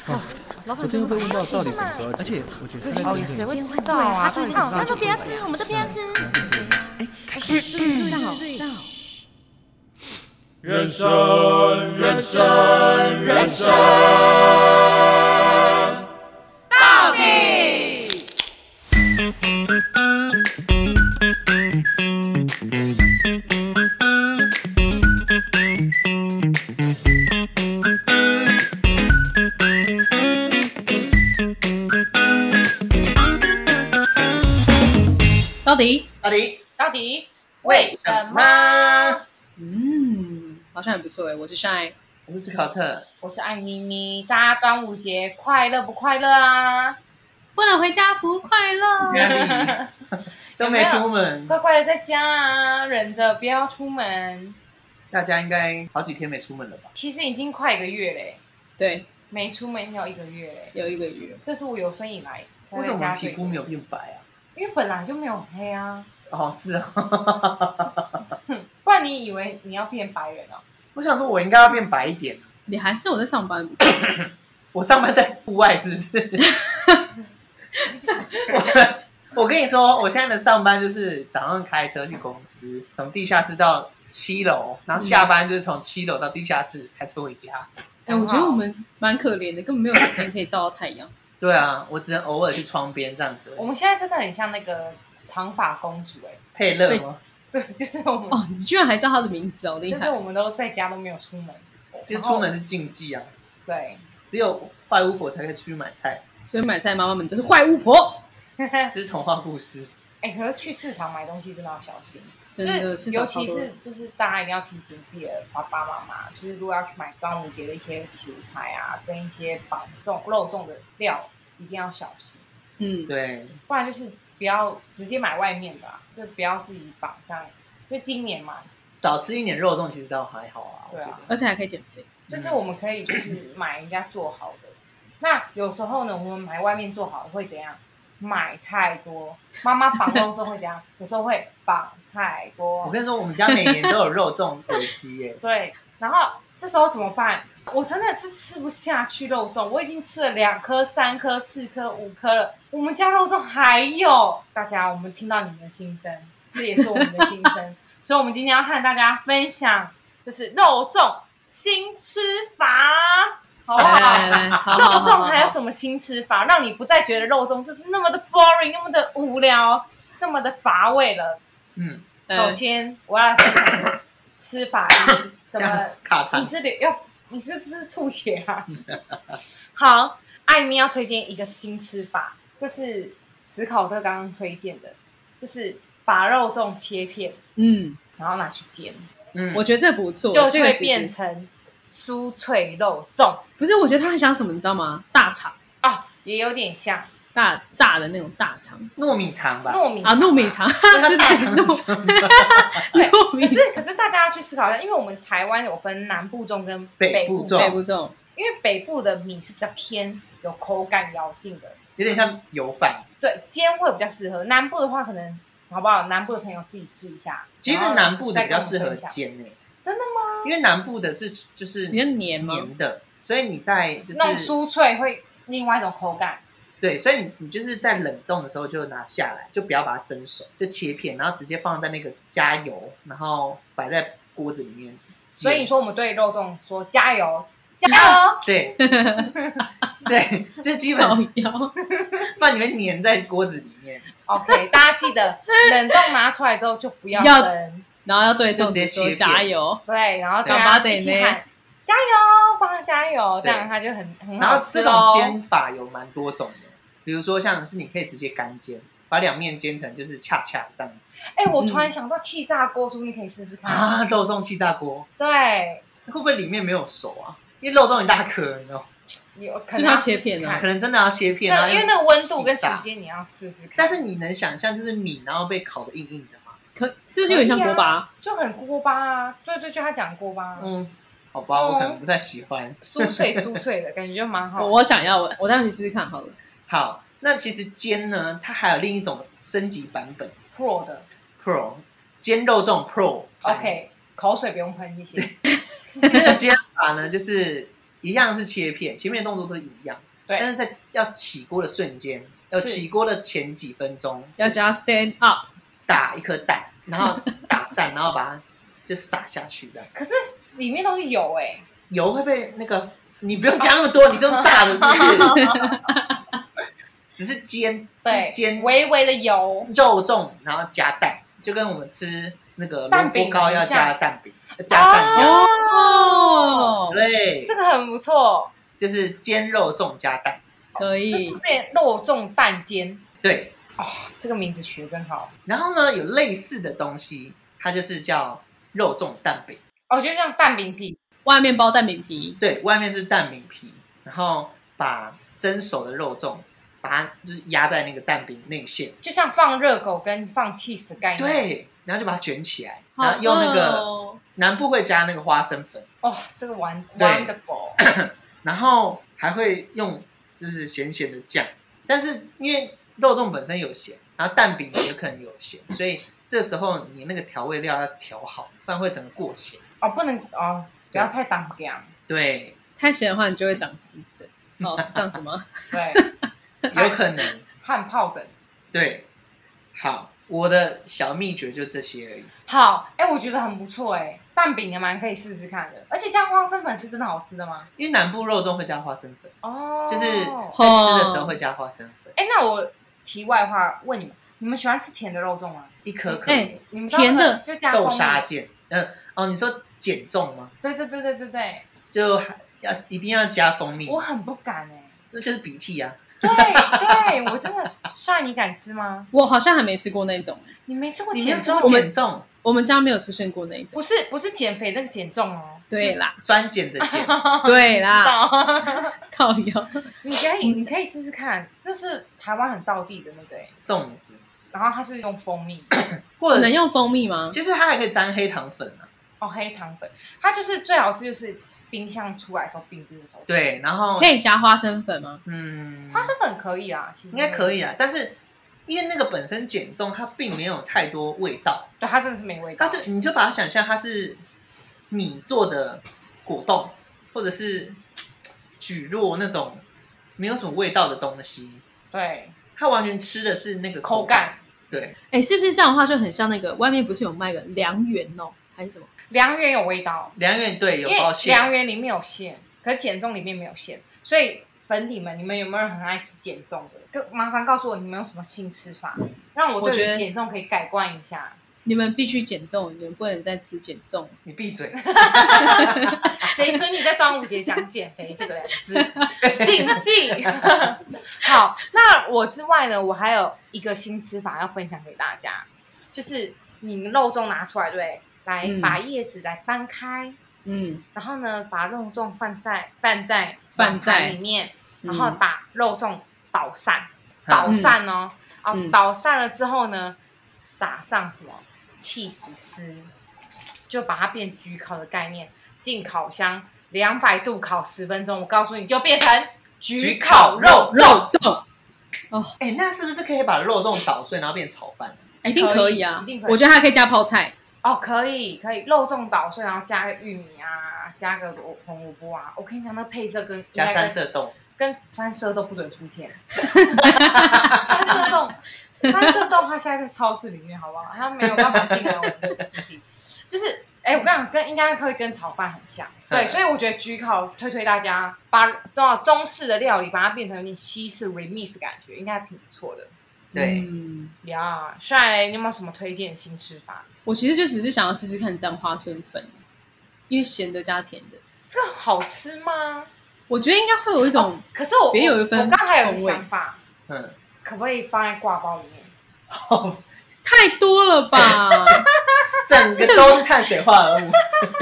老板昨天会被问到到底什么时候，而且我觉得他在谁会知道啊？他都别吃，我们都别吃。 开始站好。 人生，人生，人生， 到底。 到底为什么？ 好像很不错哎。我是 Shine， 我是斯考特， 我是艾咪咪。大家端午节快乐不快乐啊？ 不能回家不快乐， 都没出门， 乖乖的在家啊，忍着不要出门。 大家应该好几天没出门了吧？ 其实已经快1个月嘞， 对， 没出门要1个月嘞， 有1个月。 这是我有生以来为什么皮肤没有变白啊？ 因为本来就没有黑啊。 哦，是啊， 不然你以为你要变白人哦？ 我想说，我应该要变白一点。 你还是有在上班不是？ 我上班在户外，是不是？我跟你说，我现在的上班就是早上开车去公司，从地下室到7楼，然后下班就是从7楼到地下室开车回家。 我觉得我们蛮可怜的，根本没有时间可以照到太阳。 对啊，我只能偶尔去窗边这样子。 我们现在真的很像那个长发公主哎， 佩乐吗？ 对，就是我们。 哦，你居然还知道她的名字哦，厉害！ 就是我们都在家都没有出门， 就出门是禁忌啊。 对， 只有坏巫婆才可以出去买菜， 所以买菜妈妈们都是坏巫婆。 这是童话故事。 可是去市场买东西真的要小心， 真的， 尤其是就是大家一定要提醒自己的爸爸妈妈，就是如果要去买端午节的一些食材啊，跟一些肉粽的料，一定要小心。 对， 不然就是不要直接买外面的，就不要自己绑上。就今年嘛， 少吃一点肉粽其实倒还好啊，我觉得， 而且还可以减肥。 就是我们可以就是买人家做好的。那有时候呢，我们买外面做好的会怎样？买太多，妈妈绑肉粽会怎样？有时候会绑太多。 我跟你说，我们家每年都有肉粽危机耶。 对，然后这时候怎么办？我真的是吃不下去肉粽，我已经吃了2颗、3颗、4颗、5颗了，我们家肉粽还有。大家，我们听到你们的心声，这也是我们的心声，所以我们今天要和大家分享，就是肉粽新吃法。好不好？肉粽还有什么新吃法，让你不再觉得肉粽就是那么的 boring， 那么的无聊，那么的乏味了？首先我要来分享吃法一，怎么？你是不是吐血啊？好，艾咪要推荐一个新吃法，这是史考特刚刚推荐的，就是把肉粽切片，然后拿去煎， 我觉得这不错， 就会变成酥脆肉粽。 不是，我觉得他很像什么，你知道吗？大肠啊，也有点像大炸的那种大肠， 糯米肠吧？ 糯米肠， 对大肠糯米。 可是大家要去思考一下，因为我们台湾有分南部粽跟北部粽， 因为北部的米是比较偏有口感咬劲的， 有点像油饭。 对，煎会比较适合。南部的话，可能好不好？南部的朋友自己试一下。 其实南部的比较适合煎诶。 真的吗？ 因为南部的是就是比较黏的，所以你在就是那种酥脆会另外一种口感。 对，所以你就是在冷冻的时候就拿下来，就不要把它蒸熟，就切片，然后直接放在那个加油，然后摆在锅子里面。 所以你说我们对肉粽说加油，加油！ 对，对，就基本上把你们粘在锅子里面。 OK， 大家记得冷冻拿出来之后就不要蒸。 然后要对粽子说加油， 对，然后大家一起喊加油，帮他加油，这样他就很好吃。 然后这种煎法有蛮多种的，比如说像是你可以直接干煎，把2面煎成就是恰恰这样子。 我突然想到气炸锅，说不定可以试试看啊！肉粽气炸锅， 对， 会不会里面没有熟啊？因为肉粽一大颗，你知道。 可能要切片啊， 可能真的要切片啊， 因为那个温度跟时间你要试试看。 但是你能想象就是米然后被烤得硬硬的吗？ 是不是有点像锅巴？ 就很锅巴啊！对，就他讲锅巴。 好吧，我可能不太喜欢。 酥脆的感觉就蛮好。 我想要，我待会试试看好了。 好，那其实煎呢，它还有另一种升级版本 ，Pro 的 Pro 煎肉这种 Pro。 OK， 口水不用喷，谢谢。 那个煎法呢，就是1 一样是切片，前面的动作都是一样， 对， 但是在要起锅的瞬间，要起锅的前几分钟， 要加 stand up， 打一颗蛋，然后打散，然后把它就撒下去这样。 可是里面都是油哎， 油会被那个，你不用加那么多，你是用炸的，是不是？只是煎， 对， 煎微微的油， 肉粽，然后加蛋，就跟我们吃那个萝卜糕要加蛋饼、加蛋一样。 哦， 对， 这个很不错， 就是煎肉粽加蛋。 可以， 就是变肉粽蛋煎。 对， 这个名字取得真好。 然后呢，有类似的东西，它就是叫肉粽蛋饼。 就像蛋饼皮， 外面包蛋饼皮， 对，外面是蛋饼皮，然后把蒸熟的肉粽，把它就是压在那个蛋饼内馅， 就像放热狗跟放 cheese 的概念。， 对，然后就把它卷起来， 好然后用那饿个哦南部会加那个花生粉， 这个对 wonderful。 然后还会用就是咸咸的酱，但是因为肉粽本身有咸，然后蛋饼也可能有咸，所以这时候你那个调味料要调好，不然会整个过咸。 不能不要太当干。 对， 太咸的话你就会长湿疹。哦，是这样子吗？ 对， 有可能。 汗疱疹。 对，好，我的小秘诀就这些而已。 好，我觉得很不错蛋饼也蛮可以试试看的，而且加花生粉是真的好吃的吗？ 因为南部肉粽会加花生粉，就是在吃的时候会加花生粉。 那我题外话问你们，你们喜欢吃甜的肉粽吗？ 一颗可以。 你们知道甜的就加豆蜂蜜沙馅，你说减重吗？ 对， 就一定要加蜂蜜， 我很不敢那就是鼻涕啊。 对，我真的。帅，你敢吃吗？ 我好像还没吃过那种， 你没吃过你没有减重？ 吃过减重？ 我们家没有出现过那种。 不是减肥那个减重对啦， 酸碱的碱。 对啦， 啦。 靠腰。 你可以试试看，这是台湾很道地的那个粽子， 然后它是用蜂蜜， 或者是只能用蜂蜜吗？ 其实它还可以沾黑糖粉啊。 黑糖粉，它就是最好吃就是冰箱出来的时候冰的时候吃。 对，然后可以加花生粉吗？ 花生粉可以啊，其实应该可以啊，但是因为那个本身减重，它并没有太多味道， 对，它真的是没味道。 你就把它想象它是米做的果冻，或者是蒟蒻那种没有什么味道的东西。 对， 它完全吃的是那个口感。 对， 是不是这样的话就很像那个外面不是有卖的良缘还是什么？ 良缘有味道， 良缘对有因为包馅， 良缘里面有馅，可是减重里面没有馅，所以粉底们，你们有没有人很爱吃减重的？麻烦告诉我你们有什么新吃法，让我对于减重可以改观一下。 你们必须减重，你们不能再吃减重。 你闭嘴！ 谁准你在端午节讲减肥这个两字？禁忌。好，那我之外呢，我还有一个新吃法要分享给大家，就是你肉粽拿出来，对不对？来把叶子来掰开，然后呢，把肉粽放在盘里面，然后把肉粽捣散哦，捣散了之后呢，撒上什么起司丝，就把它变焗烤的概念，进烤箱200度烤10分钟，我告诉你就变成焗烤肉粽。 那是不是可以把肉粽捣碎，然后变炒饭？ 一定可以啊， 一定可以。 我觉得还可以加泡菜。 可以，肉粽捣碎，然后加个玉米啊，加个红萝卜啊。我跟你讲，那配色加三色豆， 跟三色豆不准出现。三色豆它现在在超市里面，好不好？它没有办法进来我们的主题。就是，我跟你讲，应该会跟炒饭很像。对，所以我觉得焗烤推大家把中式的料理把它变成有点西式 remix 感觉，应该挺不错的。 对呀，帅，你有没有什么推荐新吃法？ 我其实就只是想要试试看沾花生粉，因为咸的加甜的， 这个好吃吗？ 我觉得应该会有一种， 可是我别有一分我刚还有一个想法，可不可以放在挂包里面？ 太多了吧？ 整个都是碳水化合物，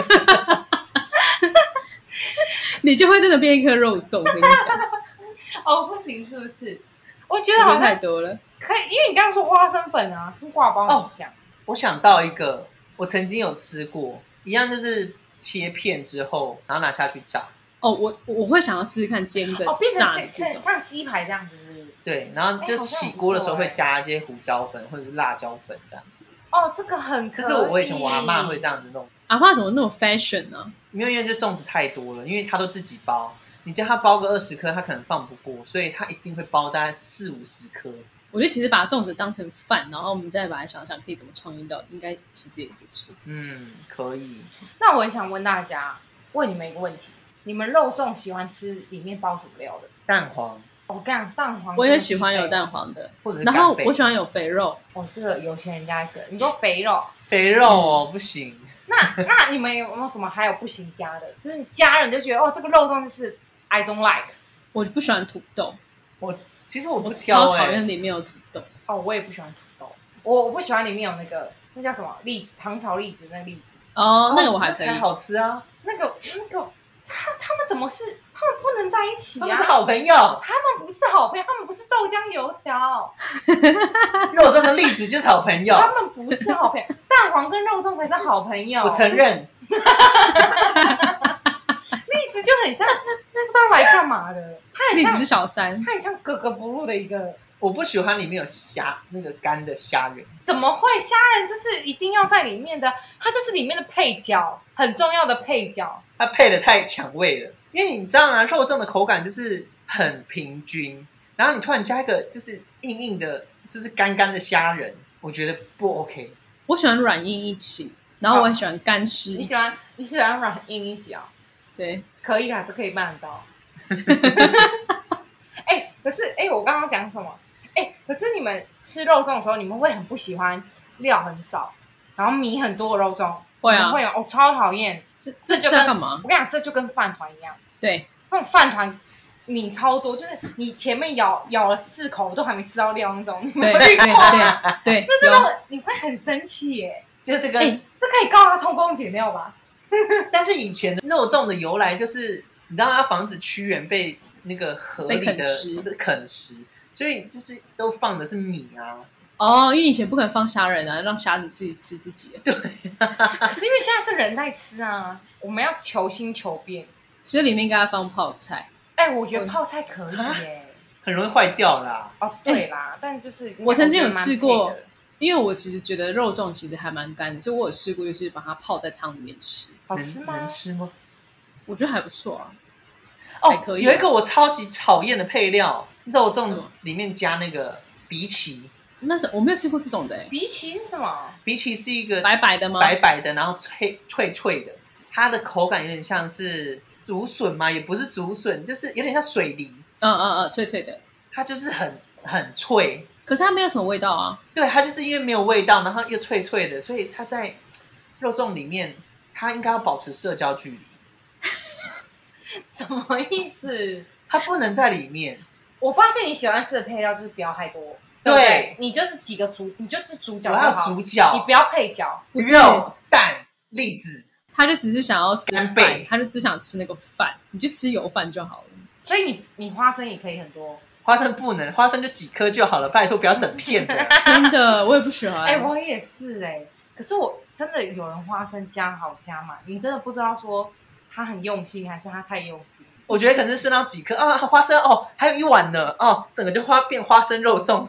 你就会真的变一颗肉粽。我跟你讲， 不行，是不是？我觉得好像太多了， 可以，因为你刚刚说花生粉啊，跟挂包很像。 我想到一个，我曾经有吃过，一样就是切片之后，然后拿下去炸。 我会想要试试看煎跟变炸成这种， 像鸡排这样子是不是？ 对，然后就起锅的时候会加一些胡椒粉或者是辣椒粉这样子。 哦，这个很可以。 可是我以前我阿嬷会这样子弄， 阿嬷怎么那么 fashion 呢？ 因为这粽子太多了，因为她都自己包，你叫她包个20颗，她可能放不过，所以她一定会包大概40-50颗。 我觉得其实把粽子当成饭，然后我们再把它想想可以怎么创意料理，应该其实也不错。 可以。 那我很想问大家，问你们一个问题：你们肉粽喜欢吃里面包什么料的？ 蛋黄， 我干蛋黄， 我也喜欢有蛋黄的， 或者是然后干贝我喜欢有肥肉。 哦，这个有钱人家是，你说肥肉， 肥肉哦，不行。 那你们有没有什么还有不行加的？就是你家人就觉得哦，这个肉粽就是 I don't like。 我不喜欢土豆， 其实我不我挑超讨厌里面有土豆。 哦，我也不喜欢土豆，我不喜欢里面有那叫什么栗子，糖炒栗子那个栗子。 哦，那个我还可以那才。好吃啊！ 那个，他们怎么是？他们不能在一起啊！ 他们是好朋友， 他们不是好朋友，他们不是豆浆油条， 肉粽跟栗子就是好朋友。 他们不是好朋友，蛋黄跟肉粽才是好朋友。 我承认， 栗子就很像不知道来干嘛的， 栗子是小三， 它很像格格不入的一个。 我不喜欢里面有虾，那个干的虾仁。 怎么会？虾仁就是一定要在里面的，它就是里面的配角，很重要的配角。 它配的太抢味了，因为你知道吗？肉粽的口感就是很平均，然后你突然加一个就是硬硬的，就是干干的虾仁，我觉得不 OK。 我喜欢软硬一起，然后我也喜欢干湿一起。 你喜欢软硬一起啊？ 对， 可以啦，这可以办得到。可是我刚刚讲什么？可是你们吃肉粽的时候，你们会很不喜欢料很少，然后米很多的肉粽。 会啊， 会啊，我超讨厌。 这就跟干嘛？ 我跟你讲，这就跟饭团一样。 对， 那种饭团米超多，就是你前面咬了4口都还没吃到料那种。你们会遇过吗？ 对， 那真的你会很生气耶。 就是跟这可以告他偷工减料吧？ 但是以前的肉粽的由来就是，你知道它防止屈原被那个河里的啃食，所以就是都放的是米啊。 哦，因为以前不肯放虾仁啊，让虾子自己吃自己。 对， 可是因为现在是人在吃啊，我们要求新求变， 所以里面应该放泡菜。 我觉得泡菜可以耶， 很容易坏掉啦。 哦，对啦，但就是我曾经有试过，因为我其实觉得肉粽其实还蛮干的，所以我有试过，就是把它泡在汤里面吃。 好吃吗？ 能吃吗？ 我觉得还不错啊。 哦， 可以。 有一个我超级讨厌的配料，肉粽里面加那个荸荠。 那是我没有吃过这种的。 荸荠是什么？ 荸荠是一个白白的吗？ 白白的，然后脆的，它的口感有点像是竹笋嘛，也不是竹笋，就是有点像水梨。 脆脆的， 它就是很脆， 可是它没有什么味道啊。 对，它就是因为没有味道，然后又脆脆的，所以它在肉粽里面，它应该要保持社交距离。 什么意思？ 它不能在里面。 我发现你喜欢吃的配料就是不要太多。 对， 你就是几个你就是主角就好。我要主角， 你不要配角。 肉、蛋、栗子， 他就只是想要吃饭，他就只想吃那个饭，你就吃油饭就好了。 所以你花生也可以很多。 花生不能，花生就几颗就好了，拜托不要整片的。 真的，我也不喜欢。 我也是可是我真的有人花生加好加满，你真的不知道说他很用心还是他太用心。 我觉得可能是吃到几颗啊，花生哦，还有一碗呢哦，整个就变花生肉粽。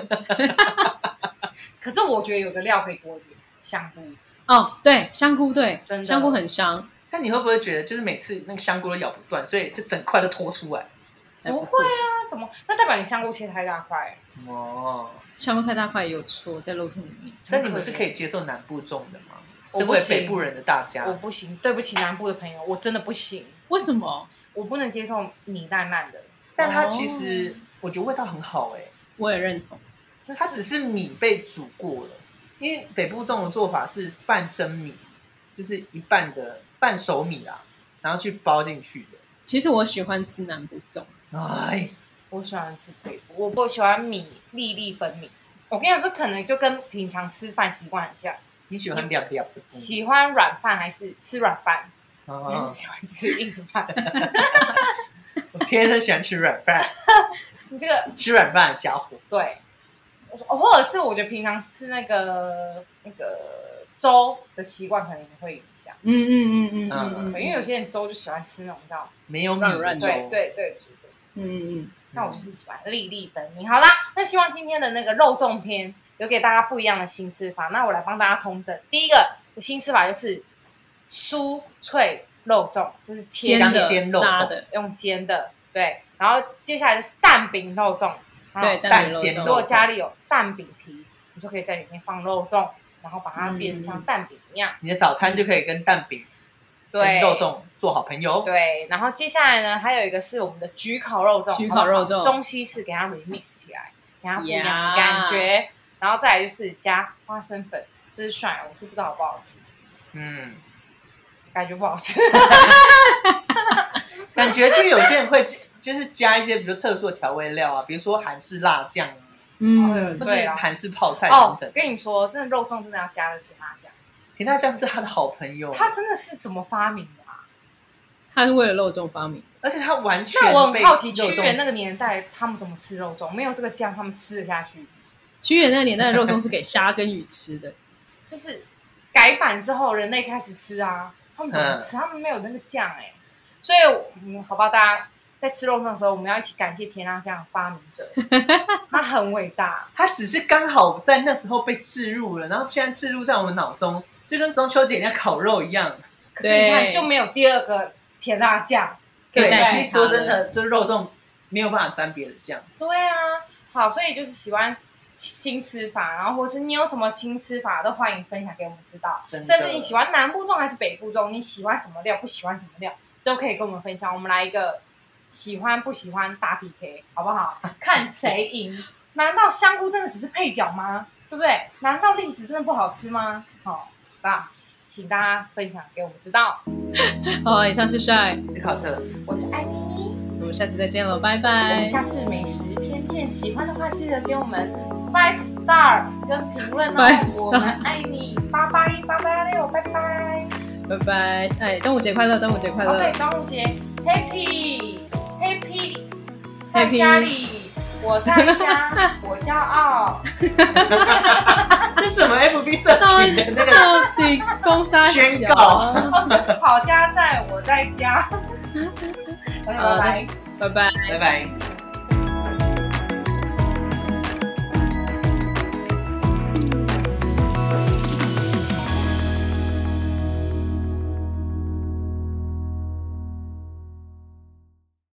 可是我觉得有的料可以多一点，香菇。 哦，对，香菇对， 真的香菇很香。 但你会不会觉得，就是每次那个香菇都咬不断，所以这整块都拖出来？ 不会啊，怎么？那代表你香菇切太大块哦。 香菇太大块也有错在肉粽里面。 但你们是可以接受南部粽的吗？ 身为北部人的大家， 我不行，对不起南部的朋友，我真的不行。 为什么？ 我不能接受米烂烂的， 但它其实我觉得味道很好我也认同。 它只是米被煮过了，因为北部粽的做法是半生米，就是一半的半熟米啦，然后去包进去的。 其实我喜欢吃南部粽， 我喜欢吃北部，我不喜欢米粒粒分明。我跟你讲，这可能就跟平常吃饭习惯很像。 你喜欢凉凉的？ 喜欢软饭还是吃软饭？还是喜欢吃硬饭？ 我天生喜欢吃软饭。 你这个吃软饭的家伙。 对，或者是我觉得平常吃那个粥的习惯可能也会影响。因为有些人粥就喜欢吃那种叫没有米的粥。 对。那我就是喜欢粒粒分明。好啦，那希望今天的那个肉粽篇有给大家不一样的新吃法。那我来帮大家统整。第一个新吃法就是酥脆肉粽，就是煎的煎肉粽炸的， 用煎的，对。然后接下来就是蛋饼肉粽， 对， 蛋煎如煎肉粽。 果家里有蛋饼皮，你就可以在里面放肉粽，然后把它变成像蛋饼一样。 你的早餐就可以跟蛋饼、 对， 跟肉粽做好朋友。 对，然后接下来呢，还有一个是我们的焗烤肉粽， 焗烤肉粽好不好中西式给它 remix 起来，给它不一样的 Yeah 感觉。然后再来就是加花生粉，这是帅，我是不知道好不好吃，感觉不好吃。 感觉就有些人会就是加一些比如特殊的调味料啊，比如说韩式辣酱啊，或对啊是韩式泡菜等等。 跟你说，真的肉粽真的要加了甜辣酱， 甜辣酱是他的好朋友， 他真的是怎么发明的啊？ 他是为了肉粽发明。 而且他完全那我很好奇， 被肉粽屈原那个年代他们怎么吃肉粽？没有这个酱，他们吃得下去？ 屈原那个年代的肉粽是给虾跟鱼吃的， 就是改版之后，人类开始吃啊，他们怎么吃？他们没有那个酱所以好吧，大家在吃肉粽的时候，我们要一起感谢甜辣酱发明者，他很伟大。 他只是刚好在那时候被置入了，然后现在置入在我们脑中，就跟中秋节人家烤肉一样。 可是你看，就没有第二个甜辣酱。 对， 对其实说真的，这肉粽没有办法沾别的酱。 对啊，好，所以就是喜欢新吃法，然后或是你有什么新吃法，都欢迎分享给我们知道。 真的甚至你喜欢南部粽还是北部粽，你喜欢什么料，不喜欢什么料，都可以跟我们分享。我们来一个喜欢不喜欢大 PK， 好不好？看谁赢。难道香菇真的只是配角吗？对不对？难道栗子真的不好吃吗？好，吧，请大家分享给我们知道。 好，以上是帅， 是考特， 我是艾咪咪， 我们下次再见了，拜我拜们。下次美食偏见，喜欢的话记得给我们 5 star 跟评论哦。 5 star 我们爱你，881886，拜拜。 拜拜，哎，端午节快乐，端午节快乐！ 对，端午节 happy，在家里，我在家，我骄傲。 这是什么 FB 社群的那个到底公杀小宣告？ 好家在，我在家。拜拜。 拜拜。 拜拜。